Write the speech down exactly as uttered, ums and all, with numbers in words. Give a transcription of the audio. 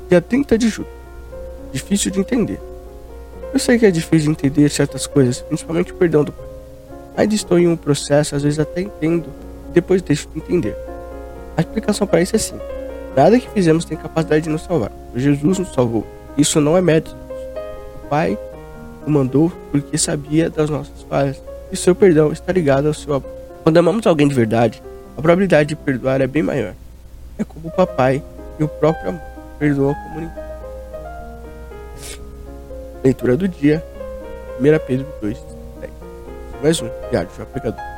Dia trinta de julho. Difícil de entender. Eu sei que é difícil de entender certas coisas, principalmente o perdão do pai. Ainda estou em um processo, às vezes até entendo, e depois deixo de entender. A explicação para isso é simples. Nada que fizemos tem capacidade de nos salvar. Jesus nos salvou. Isso não é mérito. O Pai o mandou porque sabia das nossas falhas, e seu perdão está ligado ao seu amor. Quando amamos alguém de verdade, a probabilidade de perdoar é bem maior. É como o papai e o próprio amor perdoam como ninguém. Leitura do dia, primeira Pedro dois, dez. Mais um, Diário de um Aplicador.